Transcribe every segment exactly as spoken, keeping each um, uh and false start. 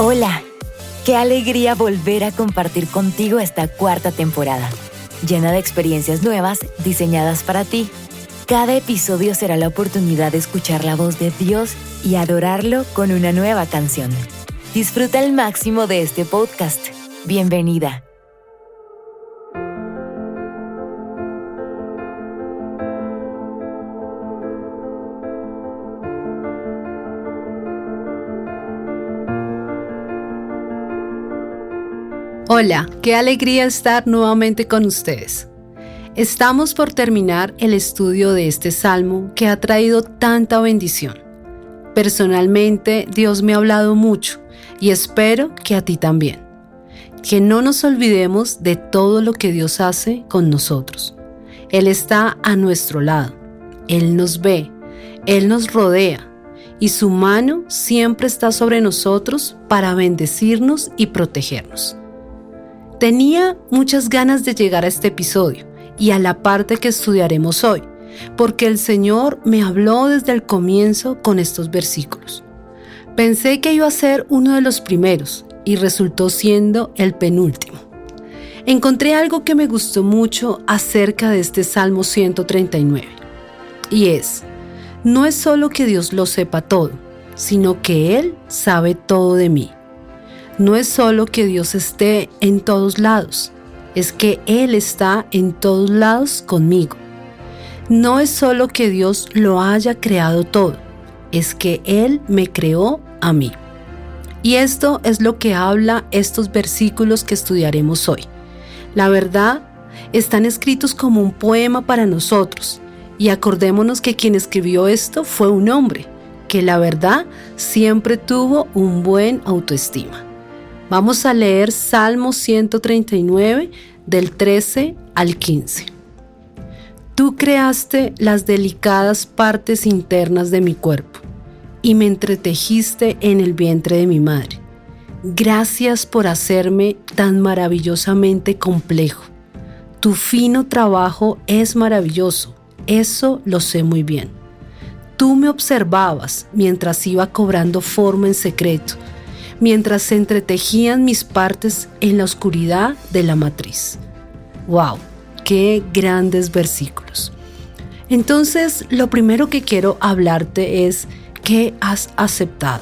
Hola, qué alegría volver a compartir contigo esta cuarta temporada, llena de experiencias nuevas diseñadas para ti. Cada episodio será la oportunidad de escuchar la voz de Dios y adorarlo con una nueva canción. Disfruta al máximo de este podcast. Bienvenida. Hola, qué alegría estar nuevamente con ustedes. Estamos por terminar el estudio de este salmo que ha traído tanta bendición. Personalmente, Dios me ha hablado mucho y espero que a ti también. Que no nos olvidemos de todo lo que Dios hace con nosotros. Él está a nuestro lado, Él nos ve, Él nos rodea y su mano siempre está sobre nosotros para bendecirnos y protegernos. Tenía muchas ganas de llegar a este episodio y a la parte que estudiaremos hoy, porque el Señor me habló desde el comienzo con estos versículos. Pensé que iba a ser uno de los primeros y resultó siendo el penúltimo. Encontré algo que me gustó mucho acerca de este Salmo ciento treinta y nueve, y es, no es solo que Dios lo sepa todo, sino que Él sabe todo de mí. No es solo que Dios esté en todos lados, es que Él está en todos lados conmigo. No es solo que Dios lo haya creado todo, es que Él me creó a mí. Y esto es lo que habla estos versículos que estudiaremos hoy. La verdad, están escritos como un poema para nosotros, y acordémonos que quien escribió esto fue un hombre, que la verdad siempre tuvo un buen autoestima. Vamos a leer Salmo ciento treinta y nueve del trece al quince. Tú creaste las delicadas partes internas de mi cuerpo y me entretejiste en el vientre de mi madre. Gracias por hacerme tan maravillosamente complejo. Tu fino trabajo es maravilloso, eso lo sé muy bien. Tú me observabas mientras iba cobrando forma en secreto, mientras se entretejían mis partes en la oscuridad de la matriz. ¡Wow! ¡Qué grandes versículos! Entonces, lo primero que quiero hablarte es ¿qué has aceptado?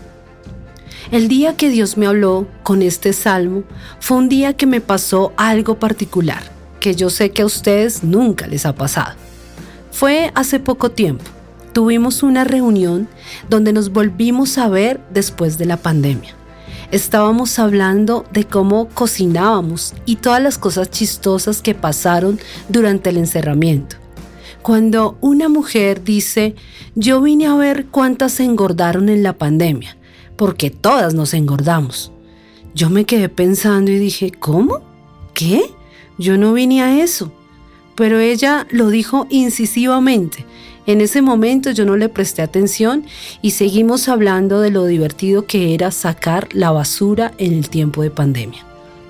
El día que Dios me habló con este salmo fue un día que me pasó algo particular, que yo sé que a ustedes nunca les ha pasado. Fue hace poco tiempo. Tuvimos una reunión donde nos volvimos a ver después de la pandemia. Estábamos hablando de cómo cocinábamos y todas las cosas chistosas que pasaron durante el encerramiento. Cuando una mujer dice, yo vine a ver cuántas se engordaron en la pandemia, porque todas nos engordamos. Yo me quedé pensando y dije, ¿cómo? ¿Qué? Yo no vine a eso. Pero ella lo dijo incisivamente. En ese momento yo no le presté atención y seguimos hablando de lo divertido que era sacar la basura en el tiempo de pandemia.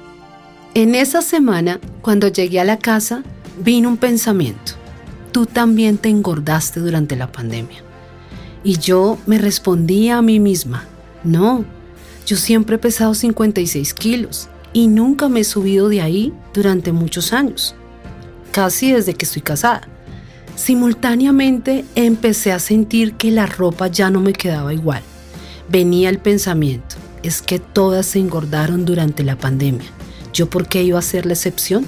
En esa semana, cuando llegué a la casa, vino un pensamiento. Tú también te engordaste durante la pandemia. Y yo me respondía a mí misma, no, yo siempre he pesado cincuenta y seis kilos y nunca me he subido de ahí durante muchos años, casi desde que estoy casada. Simultáneamente empecé a sentir que la ropa ya no me quedaba igual. Venía el pensamiento, es que todas se engordaron durante la pandemia. ¿Yo por qué iba a ser la excepción?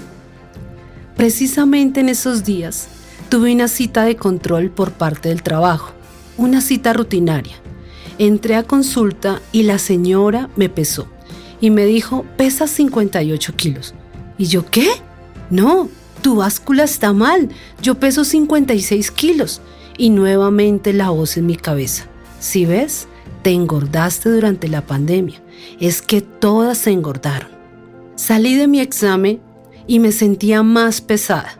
Precisamente en esos días tuve una cita de control por parte del trabajo, una cita rutinaria. Entré a consulta y la señora me pesó y me dijo, pesas cincuenta y ocho kilos. ¿Y yo qué? No. Tu báscula está mal, yo peso cincuenta y seis kilos. Y nuevamente la voz en mi cabeza. ¿Sí ves? Te engordaste durante la pandemia. Es que todas se engordaron. Salí de mi examen y me sentía más pesada.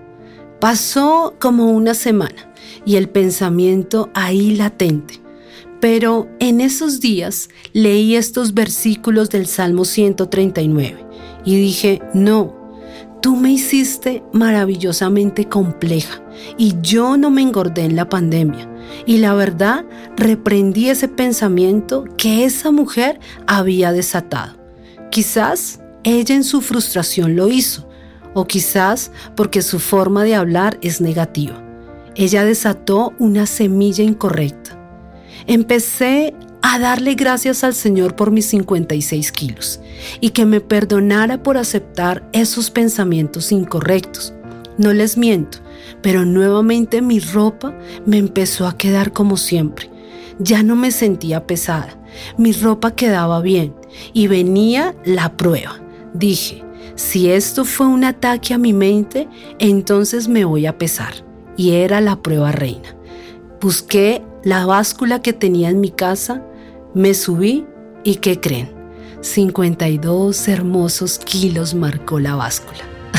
Pasó como una semana y el pensamiento ahí latente. Pero en esos días leí estos versículos del Salmo ciento treinta y nueve y dije, no, tú me hiciste maravillosamente compleja y yo no me engordé en la pandemia. Y la verdad, reprendí ese pensamiento que esa mujer había desatado. Quizás ella en su frustración lo hizo, o quizás porque su forma de hablar es negativa. Ella desató una semilla incorrecta. Empecé a darle gracias al Señor por mis cincuenta y seis kilos y que me perdonara por aceptar esos pensamientos incorrectos. No les miento, pero nuevamente mi ropa me empezó a quedar como siempre. Ya no me sentía pesada, mi ropa quedaba bien y venía la prueba. Dije, si esto fue un ataque a mi mente, entonces me voy a pesar. Y era la prueba reina. Busqué la báscula que tenía en mi casa, me subí y ¿qué creen? cincuenta y dos hermosos kilos marcó la báscula.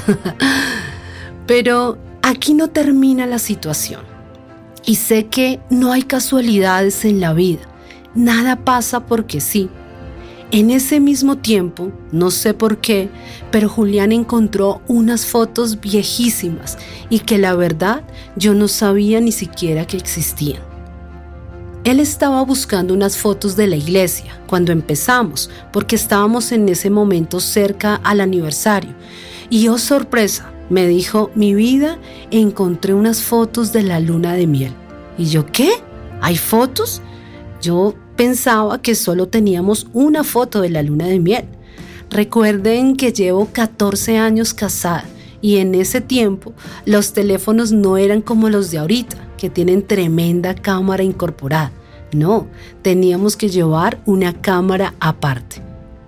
Pero aquí no termina la situación. Y sé que no hay casualidades en la vida. Nada pasa porque sí. En ese mismo tiempo, no sé por qué, pero Julián encontró unas fotos viejísimas y que la verdad yo no sabía ni siquiera que existían. Él estaba buscando unas fotos de la iglesia cuando empezamos, porque estábamos en ese momento cerca al aniversario. Y oh sorpresa, me dijo, mi vida, encontré unas fotos de la luna de miel. ¿Y yo qué? ¿Hay fotos? Yo pensaba que solo teníamos una foto de la luna de miel. Recuerden que llevo catorce años casada y en ese tiempo los teléfonos no eran como los de ahorita, que tienen tremenda cámara incorporada. No, teníamos que llevar una cámara aparte.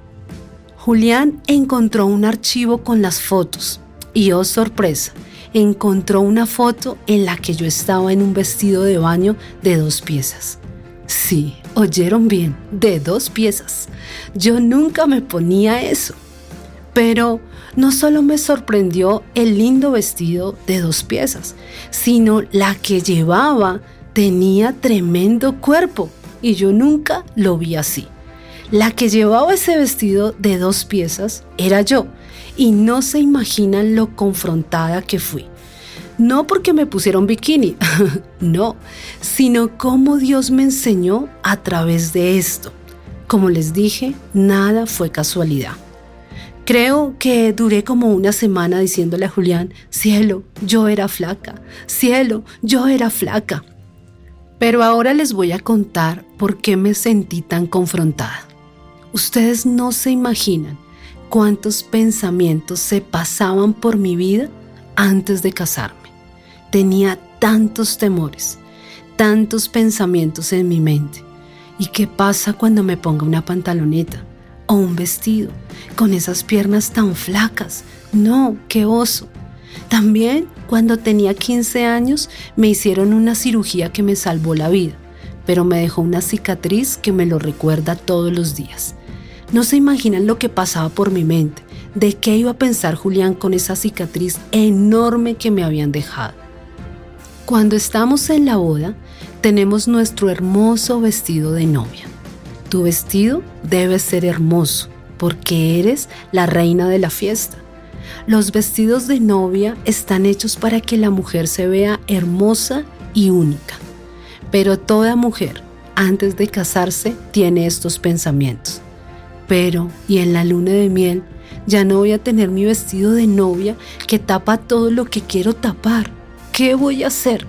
Julián encontró un archivo con las fotos y oh sorpresa, encontró una foto en la que yo estaba en un vestido de baño de dos piezas. Sí, oyeron bien, de dos piezas. Yo nunca me ponía eso. Pero no solo me sorprendió el lindo vestido de dos piezas, sino la que llevaba tenía tremendo cuerpo y yo nunca lo vi así. La que llevaba ese vestido de dos piezas era yo y no se imaginan lo confrontada que fui. No porque me pusieron bikini, no, sino cómo Dios me enseñó a través de esto. Como les dije, nada fue casualidad. Creo que duré como una semana diciéndole a Julián, cielo, yo era flaca, cielo, yo era flaca. Pero ahora les voy a contar por qué me sentí tan confrontada. Ustedes no se imaginan cuántos pensamientos se pasaban por mi vida antes de casarme. Tenía tantos temores, tantos pensamientos en mi mente. ¿Y qué pasa cuando me ponga una pantaloneta o un vestido con esas piernas tan flacas? No, qué oso. También cuando tenía quince años me hicieron una cirugía que me salvó la vida, pero me dejó una cicatriz que me lo recuerda todos los días. No se imaginan lo que pasaba por mi mente, de qué iba a pensar Julián con esa cicatriz enorme que me habían dejado. Cuando estamos en la boda, tenemos nuestro hermoso vestido de novia. Tu vestido debe ser hermoso, porque eres la reina de la fiesta. Los vestidos de novia están hechos para que la mujer se vea hermosa y única. Pero toda mujer, antes de casarse, tiene estos pensamientos. Pero, ¿y en la luna de miel? Ya no voy a tener mi vestido de novia que tapa todo lo que quiero tapar. ¿Qué voy a hacer?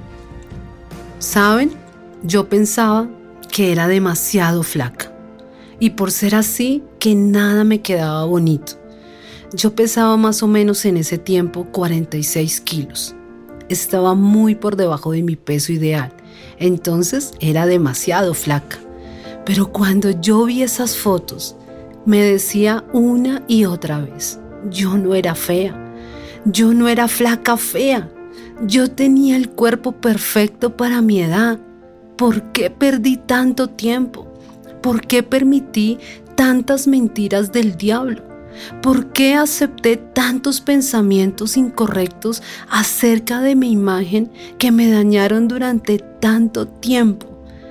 ¿Saben? Yo pensaba que era demasiado flaca. Y por ser así, que nada me quedaba bonito. Yo pesaba más o menos en ese tiempo cuarenta y seis kilos. Estaba muy por debajo de mi peso ideal. Entonces era demasiado flaca. Pero cuando yo vi esas fotos, me decía una y otra vez, yo no era fea. Yo no era flaca fea. Yo tenía el cuerpo perfecto para mi edad. ¿Por qué perdí tanto tiempo? ¿Por qué permití tantas mentiras del diablo? ¿Por qué acepté tantos pensamientos incorrectos acerca de mi imagen que me dañaron durante tanto tiempo?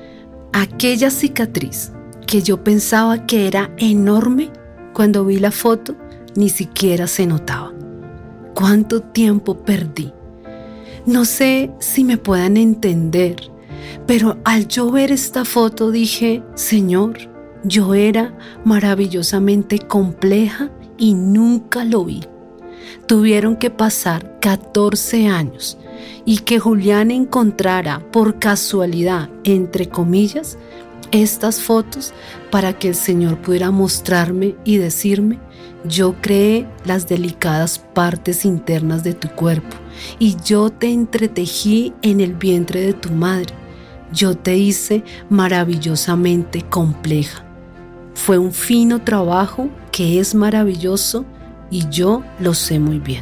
Aquella cicatriz que yo pensaba que era enorme, cuando vi la foto ni siquiera se notaba. ¿Cuánto tiempo perdí? No sé si me puedan entender, Pero al yo ver esta foto dije, Señor, yo era maravillosamente compleja y nunca lo vi. Tuvieron que pasar catorce años y que Julián encontrara por casualidad, entre comillas, estas fotos para que el Señor pudiera mostrarme y decirme, yo creé las delicadas partes internas de tu cuerpo y yo te entretejí en el vientre de tu madre. Yo te hice maravillosamente compleja. Fue un fino trabajo que es maravilloso y yo lo sé muy bien.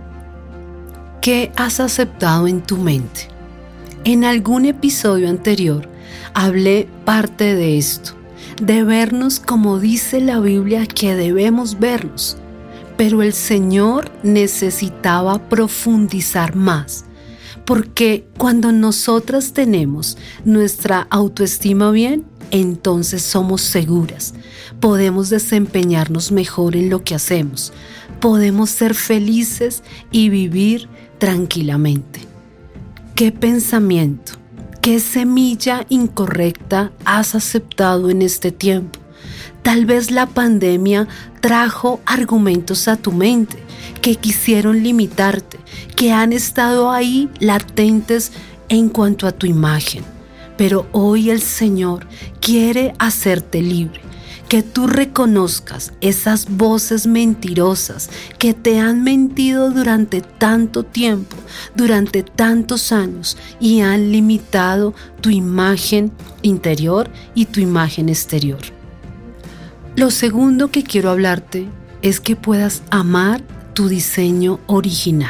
¿Qué has aceptado en tu mente? En algún episodio anterior hablé parte de esto, de vernos como dice la Biblia que debemos vernos, pero el Señor necesitaba profundizar más, porque cuando nosotras tenemos nuestra autoestima bien, entonces somos seguras, podemos desempeñarnos mejor en lo que hacemos, podemos ser felices y vivir tranquilamente. ¿Qué pensamiento, qué semilla incorrecta has aceptado en este tiempo? Tal vez la pandemia trajo argumentos a tu mente que quisieron limitarte, que han estado ahí latentes en cuanto a tu imagen. Pero hoy el Señor quiere hacerte libre, que tú reconozcas esas voces mentirosas que te han mentido durante tanto tiempo, durante tantos años y han limitado tu imagen interior y tu imagen exterior. Lo segundo que quiero hablarte es que puedas amar tu diseño original.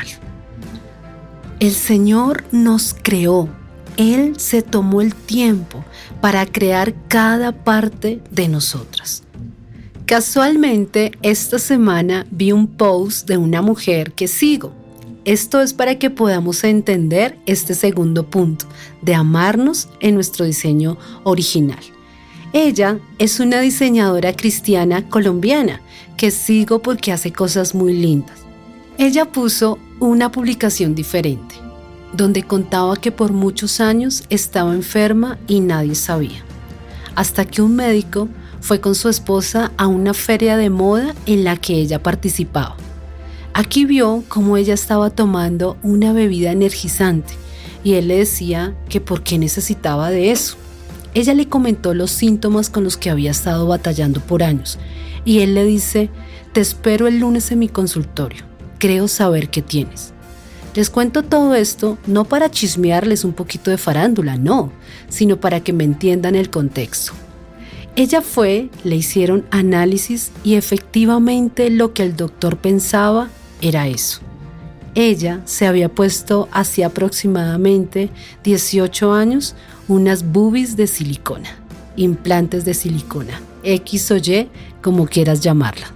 El Señor nos creó. Él se tomó el tiempo para crear cada parte de nosotras. Casualmente, esta semana vi un post de una mujer que sigo. Esto es para que podamos entender este segundo punto, de amarnos en nuestro diseño original. Ella es una diseñadora cristiana colombiana que sigo porque hace cosas muy lindas. Ella puso una publicación diferente, donde contaba que por muchos años estaba enferma y nadie sabía, hasta que un médico fue con su esposa a una feria de moda en la que ella participaba. Aquí vio cómo ella estaba tomando una bebida energizante y él le decía que por qué necesitaba de eso. Ella le comentó los síntomas con los que había estado batallando por años y él le dice, te espero el lunes en mi consultorio, creo saber qué tienes. Les cuento todo esto no para chismearles un poquito de farándula, no, sino para que me entiendan el contexto. Ella fue, le hicieron análisis y efectivamente lo que el doctor pensaba era eso. Ella se había puesto hacía aproximadamente dieciocho años unas boobies de silicona, implantes de silicona, X o Y, como quieras llamarla.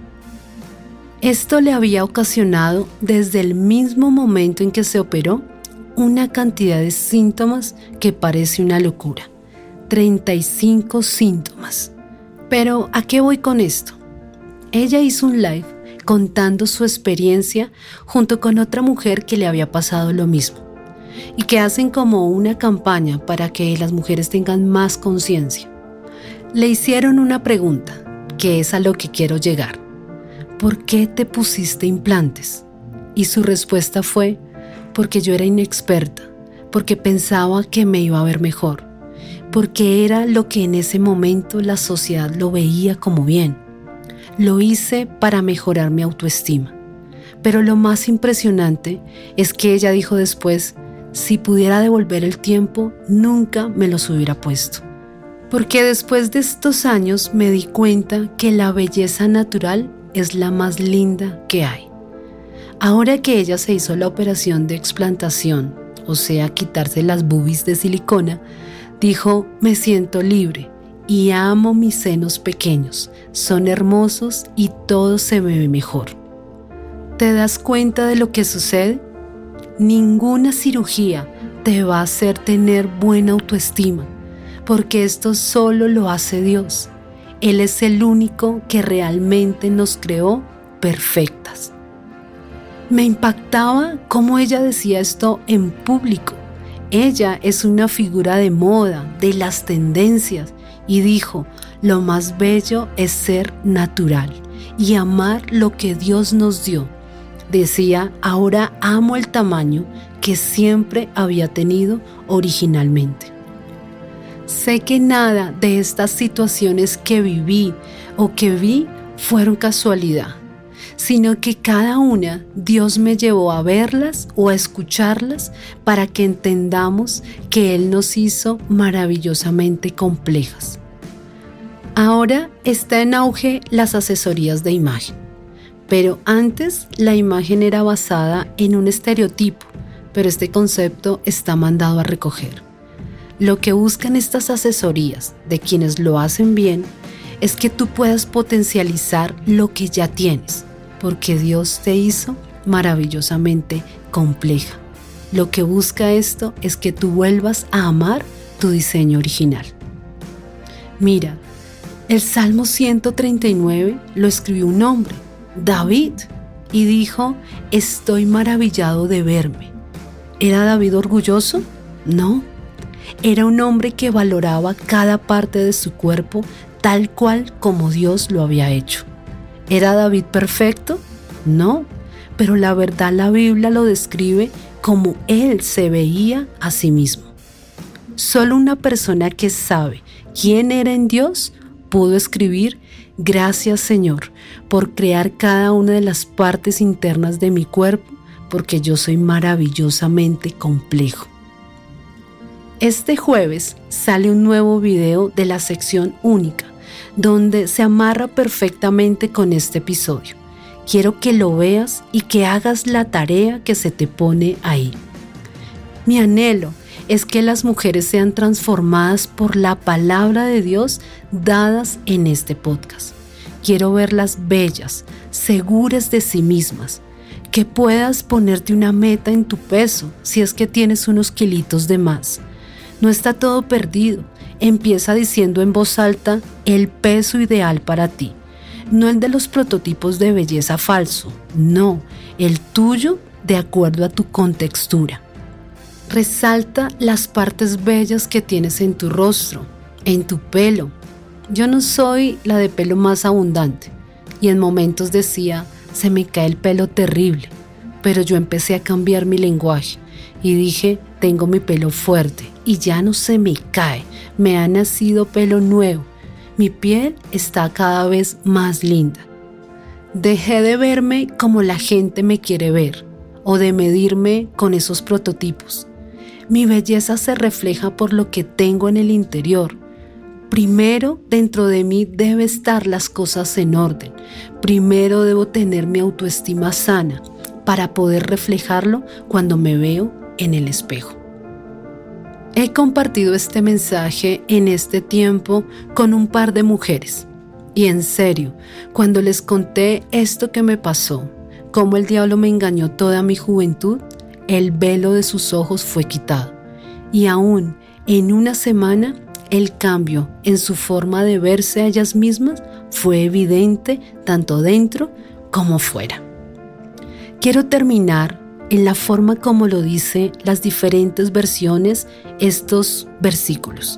Esto le había ocasionado desde el mismo momento en que se operó una cantidad de síntomas que parece una locura. treinta y cinco síntomas. Pero ¿a qué voy con esto? Ella hizo un live contando su experiencia junto con otra mujer que le había pasado lo mismo y que hacen como una campaña para que las mujeres tengan más conciencia. Le hicieron una pregunta, que es a lo que quiero llegar. ¿Por qué te pusiste implantes? Y su respuesta fue, porque yo era inexperta, porque pensaba que me iba a ver mejor, porque era lo que en ese momento la sociedad lo veía como bien. Lo hice para mejorar mi autoestima. Pero lo más impresionante es que ella dijo después, si pudiera devolver el tiempo, nunca me los hubiera puesto. Porque después de estos años me di cuenta que la belleza natural es la más linda que hay. Ahora que ella se hizo la operación de explantación, o sea, quitarse las boobies de silicona, dijo, me siento libre y amo mis senos pequeños, son hermosos y todo se me ve mejor. ¿Te das cuenta de lo que sucede? Ninguna cirugía te va a hacer tener buena autoestima, porque esto solo lo hace Dios. Él es el único que realmente nos creó perfectas. Me impactaba cómo ella decía esto en público. Ella es una figura de moda, de las tendencias, y dijo, lo más bello es ser natural y amar lo que Dios nos dio. Decía, ahora amo el tamaño que siempre había tenido originalmente. Sé que nada de estas situaciones que viví o que vi fueron casualidad, sino que cada una Dios me llevó a verlas o a escucharlas para que entendamos que Él nos hizo maravillosamente complejas. Ahora está en auge las asesorías de imagen, pero antes la imagen era basada en un estereotipo, pero este concepto está mandado a recoger. Lo que buscan estas asesorías de quienes lo hacen bien es que tú puedas potencializar lo que ya tienes, porque Dios te hizo maravillosamente compleja. Lo que busca esto es que tú vuelvas a amar tu diseño original. Mira, el Salmo ciento treinta y nueve lo escribió un hombre, David, y dijo, estoy maravillado de verme. ¿Era David orgulloso? No. Era un hombre que valoraba cada parte de su cuerpo tal cual como Dios lo había hecho. ¿Era David perfecto? No, pero la verdad la Biblia lo describe como él se veía a sí mismo. Solo una persona que sabe quién era en Dios pudo escribir, gracias Señor por crear cada una de las partes internas de mi cuerpo, porque yo soy maravillosamente complejo. Este jueves sale un nuevo video de la sección única, donde se amarra perfectamente con este episodio. Quiero que lo veas y que hagas la tarea que se te pone ahí. Mi anhelo es que las mujeres sean transformadas por la palabra de Dios dadas en este podcast. Quiero verlas bellas, seguras de sí mismas, que puedas ponerte una meta en tu peso si es que tienes unos kilitos de más. No está todo perdido. Empieza diciendo en voz alta el peso ideal para ti. No el de los prototipos de belleza falso, no, el tuyo de acuerdo a tu contextura. Resalta las partes bellas que tienes en tu rostro, en tu pelo. Yo no soy la de pelo más abundante y en momentos decía, se me cae el pelo terrible, pero yo empecé a cambiar mi lenguaje y dije, tengo mi pelo fuerte y ya no se me cae, me ha nacido pelo nuevo, mi piel está cada vez más linda. Dejé de verme como la gente me quiere ver o de medirme con esos prototipos. Mi belleza se refleja por lo que tengo en el interior. Primero, dentro de mí debe estar las cosas en orden. Primero debo tener mi autoestima sana para poder reflejarlo cuando me veo en el espejo. He compartido este mensaje en este tiempo con un par de mujeres. Y en serio, cuando les conté esto que me pasó, cómo el diablo me engañó toda mi juventud, el velo de sus ojos fue quitado. Y aún en una semana, el cambio en su forma de verse a ellas mismas fue evidente tanto dentro como fuera. Quiero terminar en la forma como lo dice las diferentes versiones estos versículos.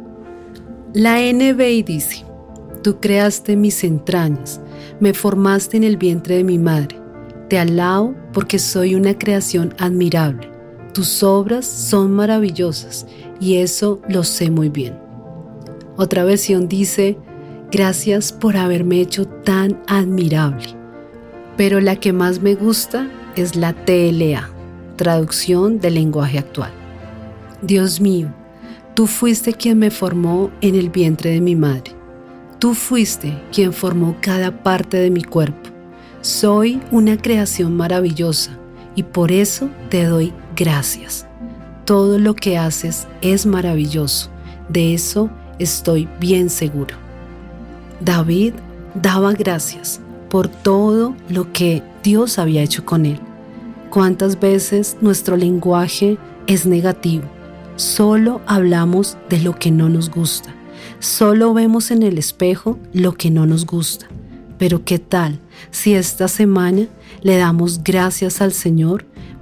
La N B I dice, tú creaste mis entrañas, me formaste en el vientre de mi madre. Te alabo porque soy una creación admirable. Tus obras son maravillosas y eso lo sé muy bien. Otra versión dice, gracias por haberme hecho tan admirable. Pero la que más me gusta es la T L A, traducción del lenguaje actual. Dios mío, tú fuiste quien me formó en el vientre de mi madre. Tú fuiste quien formó cada parte de mi cuerpo. Soy una creación maravillosa y por eso te doy gracias. Todo lo que haces es maravilloso, de eso estoy bien seguro. David daba gracias por todo lo que Dios había hecho con él. ¿Cuántas veces nuestro lenguaje es negativo? Solo hablamos de lo que no nos gusta. Solo vemos en el espejo lo que no nos gusta. Pero ¿qué tal si esta semana le damos gracias al Señor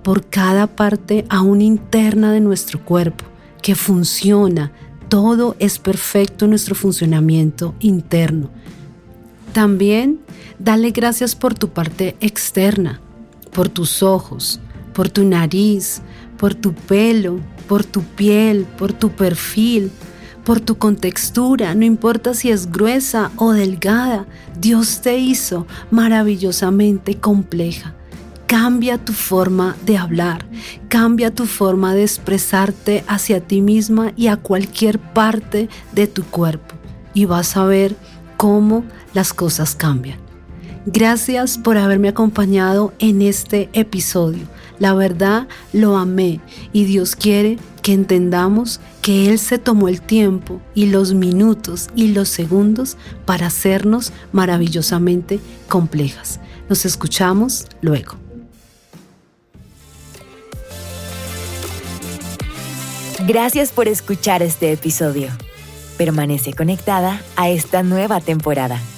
por cada parte aún interna de nuestro cuerpo, que funciona. Todo es perfecto en nuestro funcionamiento interno. También dale gracias por tu parte externa, por tus ojos, por tu nariz, por tu pelo, por tu piel, por tu perfil, por tu contextura. No importa si es gruesa o delgada, Dios te hizo maravillosamente compleja. Cambia tu forma de hablar, cambia tu forma de expresarte hacia ti misma y a cualquier parte de tu cuerpo, y vas a ver cómo las cosas cambian. Gracias por haberme acompañado en este episodio. La verdad, lo amé, y Dios quiere que entendamos que Él se tomó el tiempo y los minutos y los segundos para hacernos maravillosamente complejas. Nos escuchamos luego. Gracias por escuchar este episodio. Permanece conectada a esta nueva temporada.